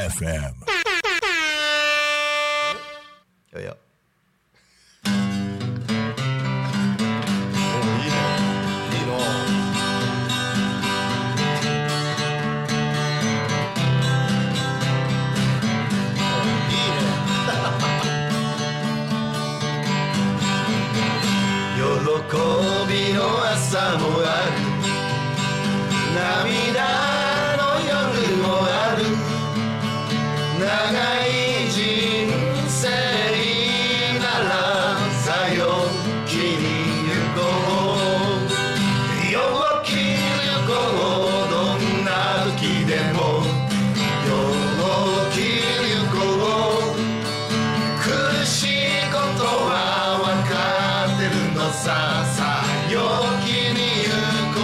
FM。 いや喜びの朝もある、涙の夜もある、長い人生ならさよきに行こう、よき行こう、どんな時でもよき行こう、苦しいことは分かってるのさ、さあよきに行こ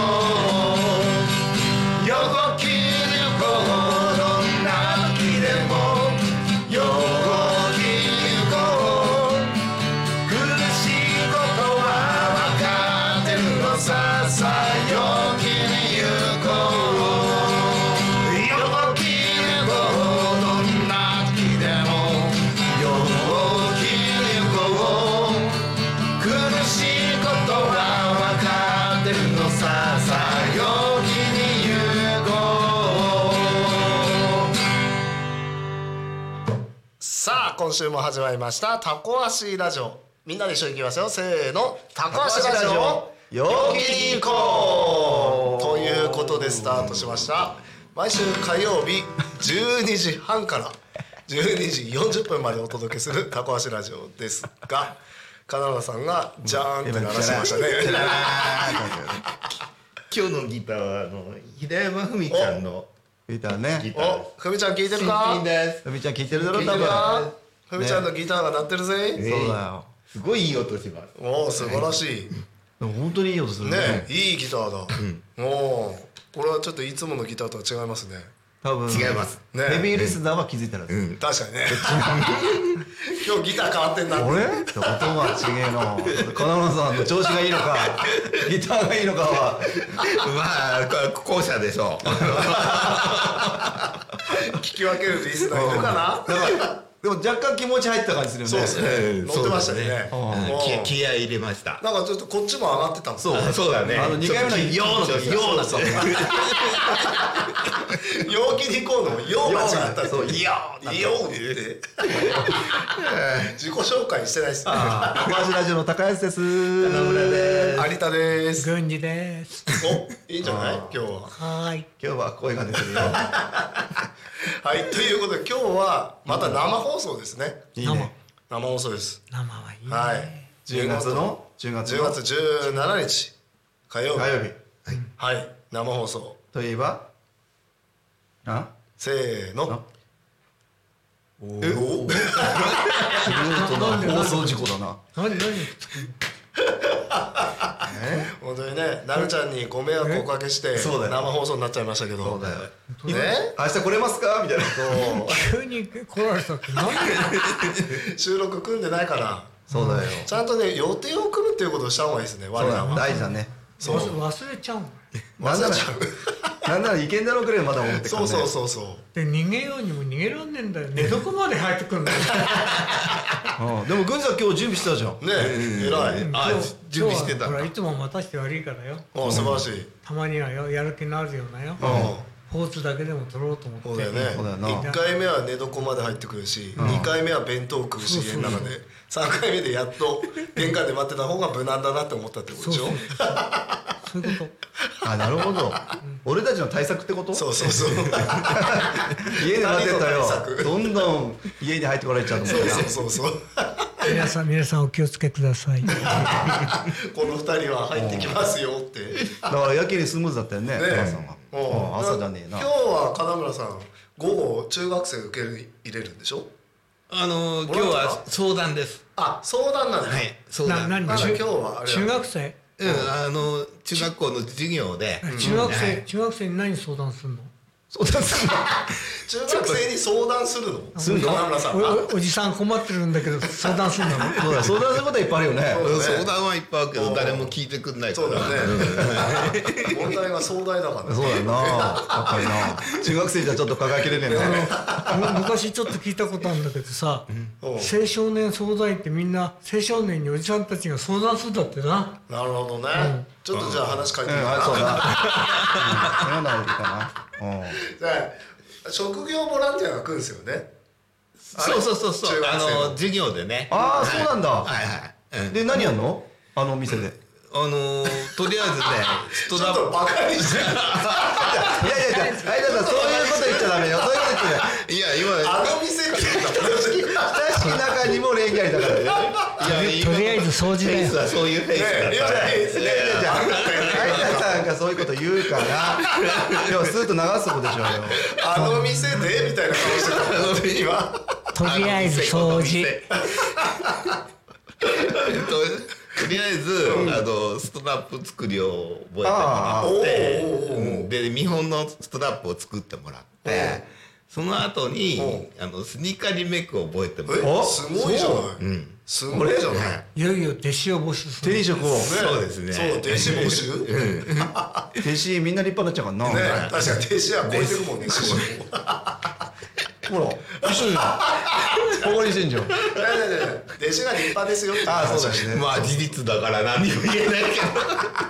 う、よきに行こう、どんな時でもよきに行こう、苦しいことは分かってるのさ、さあよきに行こう、よきに行こう、どんな時でもよきに行こう、苦しいことは分かってるのさ、さあよきに行こう。さあ今週も始まりましたタコ足ラジオ、みんなで一緒に行きますよ、せーの、タコ足ラジオよきに行こうということでスタートしました。毎週火曜日12時半から12時40分までお届けするタコ足ラジオですが、金村さんがジャーンって鳴らしましたね。 今日のギターは平山文ちゃんのギターね。 ギターお、ふみちゃん聞いてるか？ 新品です。 ふみちゃん聞いてるだろ聞いてる多分。 か？ふみちゃんのギターが鳴ってるぜ。 そうだよ。 すごいいい音します。 おー、素晴らしいでも本当にいい音するね。 ね、いいギターだ。おー、これはちょっといつものギターとは違いますね。 多分違いますね、 ヘビーリスナーは気づいたらです。 確かにね。今日ギター変わってんな。 あれ？音が違えな。金村さんの調子がいいのか、ギターがいいのかは。 まあ後者でしょう。 聞き分けるリスナーいるかな。 でも若干気持ち入った感じするよね。 そうですね。乗ってましたね。 うん気合い入れました。 なんかちょっとこっちも上がってたもん。 そうそうだね。 2回目のようのようなそう。 陽気に行こうのもよう間違った。 そう、 よいやって自己紹介してないですね。 タコ足ラジオの高安です。 金村です。 有田です。 軍事です。 お、いいんじゃない今日は。 はーい。 今日は声が出てるよ。 はい、ということで今日はまた生放送ですね。 いいね。 生放送です。 生はいいね。 はい。 10月 10月17日火曜日。 火曜日はい、生放送。 といえば、 せーの。 放送事故だな。 何本当にね、なるちゃんにご迷惑をおかけしてそうだよ生放送になっちゃいましたけど。 そうだよ。 ね。 明日来れますかみたいな。 急に来られたって何収録組んでないからそうだよ。 ちゃんとね予定を組むっていうことをした方がいいですね。我そうだ。 らは大事だね。 そう忘れちゃうの。 なんなら忘れちゃう。 なんならいけんだろうくらいまだ思ってそうそうそうそう。 で逃げようにも逃げらんねえんだよ。寝床まで入ってくるんだよ。 でも軍司さん今日準備してたじゃん。 ねえ、偉い。 あ準備してたほらいつも待たして悪いからよ。 お、素晴らしい。 たまにはよやる気のあるようなよ。ポーズだけでも取ろうと思って。 そうだよね。 そうだよな 1回目は寝床まで入ってくるし、2回目は弁当食うし家の中で、3回目でやっと玄関で待ってた方が無難だなって思ったってことでしょ。 そういうこと。 なるほど。俺たちの対策ってこと？ そうそうそう。 家で待ってたよ二人の対策。 どんどん家に入ってこられちゃうの。 そうそうそうそう。 皆さんお気をつけください。 この2人は入ってきますよって。 だからやけにスムーズだったよね。 ね母さんは。朝じゃねえな。 今日は金村さん午後中学生受け入れるんでしょ。 今日は相談です。 あ、相談なんだ。 はい、相談。 何まだ今日はあれ中学生？ 中学校の授業で。 中学生に何相談するの？ 相談する中学生に相談するの？ すんの金村さんが。 おじさん困ってるんだけど相談するのそうだ相談することはいっぱいあるよね。 相談はいっぱいあるけど誰も聞いてくんないからそうだね。問題が壮大だからね。 そうだよなやっぱりな中学生じゃちょっと抱えきれねえな。 昔ちょっと聞いたことあるんだけどさ、 うん青少年相談員ってみんな青少年におじさんたちが相談するんだってな。 なるほどね。ちょっとじゃあ話変えてみようかな。 そうだそのようなことかな。 じゃあ職業ボランティアが来るんですよね。 そうそうそうそう中学生の授業でねああそうなんだ。 はいはいで何やんのあのお店で。 とりあえずねストラップちょっとバカにしてる。 いや相田さんそういうこと言っちゃダメよ。そういうこと言っちゃダメ。 いや今あの店って言ったら親しき中にも礼儀ありだからね。 とりあえず掃除だよフェイスはそういうフェイスだからいやじゃあ相田さんがそういうこと言うから今日スーッと流すことでしょうよ。 あの店でみたいな顔してたので今。 とりあえず掃除。 とりあえずストラップ作りを覚えてもらってで見本のストラップを作ってもらってその後にスニーカーリメイクを覚えてもらってすごいじゃない。すごいじゃない。 いよいよ弟子を募集する。 手に職をそうですねそう弟子募集。 弟子みんな立派になっちゃうからな。 ね、確かに弟子は超えてくもんね。 ほら一緒じゃん。ここにしてんじゃん。 弟子が立派ですよって。 ああそうだね。 まあ事実だから何も言えないけど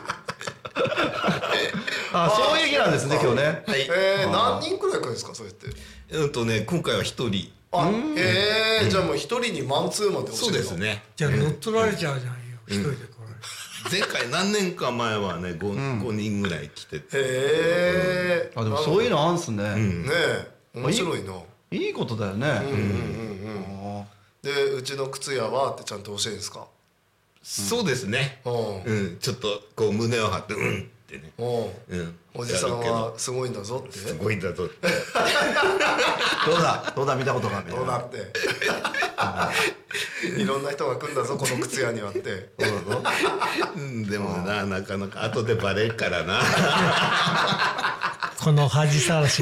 あそういう日なんですね今日ね。 はい何人くらい来るんですかそうやって。 今回は一人あじゃあもう一人にマンツーマンで教えるの。 そうですねじゃあ乗っ取られちゃうじゃんよ。一人でこれ。 前回何年か前はね 5人ぐらい来ててへえ。 あでもそういうのあんすね。 ねえ面白いな。 いいことだよね。 でうちの靴屋はってちゃんと教えるんですか。 そうですねちょっとこう胸を張ってってねおじさんはすごいんだぞって。 すごいんだぞってどうだ見たことがある。 どうなっていろんな人が来るんだぞこの靴屋にはって。 でもなかなか後でバレるからなこの恥さらし。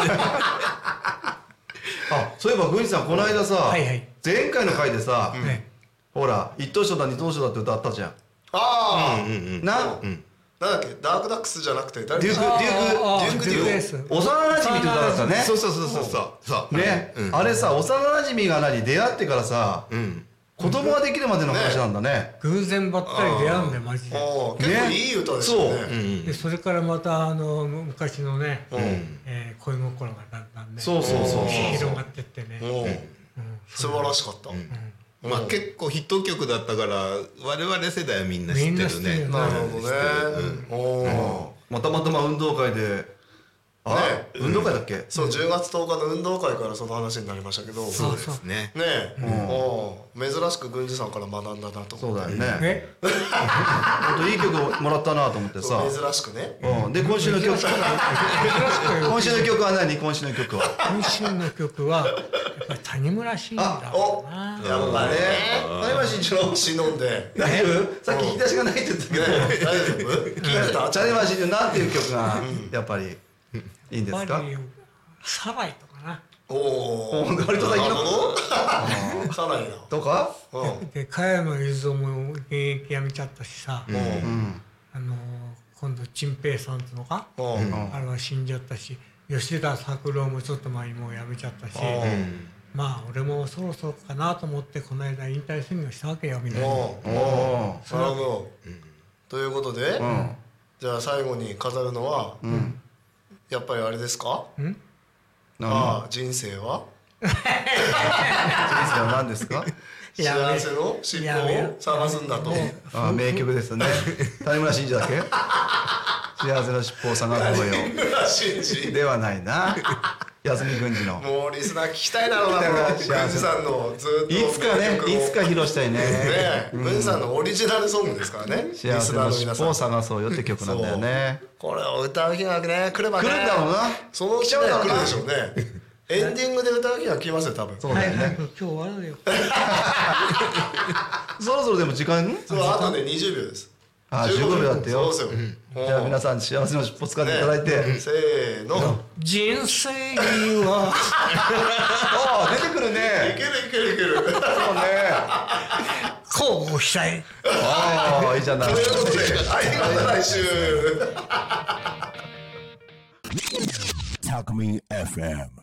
あそういえば郡司さんこの間さはいはい前回の回でさねほら一等賞だ二等賞だって歌あったじゃん。 ああななんだっけダークダックスじゃなくて誰デュークデュークデュークです。 幼馴染って歌だったね。 そうそうねあれさ幼馴染が出会ってからさ子供ができるまでの話なんだね。 偶然ばったり出会うんだよマジで。 結構いい歌ですよね。 でそれからまた昔のね恋心がだんだんねそう広がってってね。 素晴らしかった。 まあ結構ヒット曲だったから我々世代はみんな知ってるねなるほどね。 たまたま運動会で運動会だっけ。 そう10月10日の運動会からその話になりましたけど。 そうですねね珍しく郡司さんから学んだなと思って。 そうだよね。 え本当いい曲もらったなと思ってさ。 珍しくね。 で今週の曲今週の曲は何。今週の曲は今週の曲はやっぱり谷村新司だろうな。 やっぱね谷村新司の忍んで。 大丈夫。さっき引き出しがないって言ってたけど大丈夫？聞いてた？ 谷村新司のなんていう曲がやっぱりいいんですか。 やっぱりサバイとかな。 割と最近のサライだ。 とかで加山雄三も現役辞めちゃったしさ、今度陳平さんっていうのか、あれは死んじゃったし、吉田拓郎もちょっと前にもう辞めちゃったし、まあ俺もそろそろかなと思ってこの間引退宣言したわけよみんなに。 なるほど。ということで、じゃあ最後に飾るのはやっぱりあれですか？人生は？ 人生は何ですか。 幸せの尻尾を探すんだと。 名曲ですね。谷村新司だっけ。幸せの尻尾を探そうよ。 新司ではないな。安見郡司の。 もうリスナー聞きたいだろうな。郡司さんのずっといつかね、いつか披露したいね。 郡司さんのオリジナルソングですからね。 幸せの尻尾を探そうよって曲なんだよね。 これを歌う日がね来ればね。 来るんだろうな。 そのうちね来るでしょうね。エンディングで歌う日が来ますよ多分。 そうだよね。 今日終わるよ。 そろそろでも時間。 そうあとね20秒です。 あ、15秒だってよ。 そうですよ。 じゃあ皆さん幸せの尻尾掴んでいただいて、 せーの。 人生はああ出てくるいね。 けるいけるいける。 そうね。 こうしたい。 ああいいじゃない。 ということで、はい、また来週。 Talk Me FM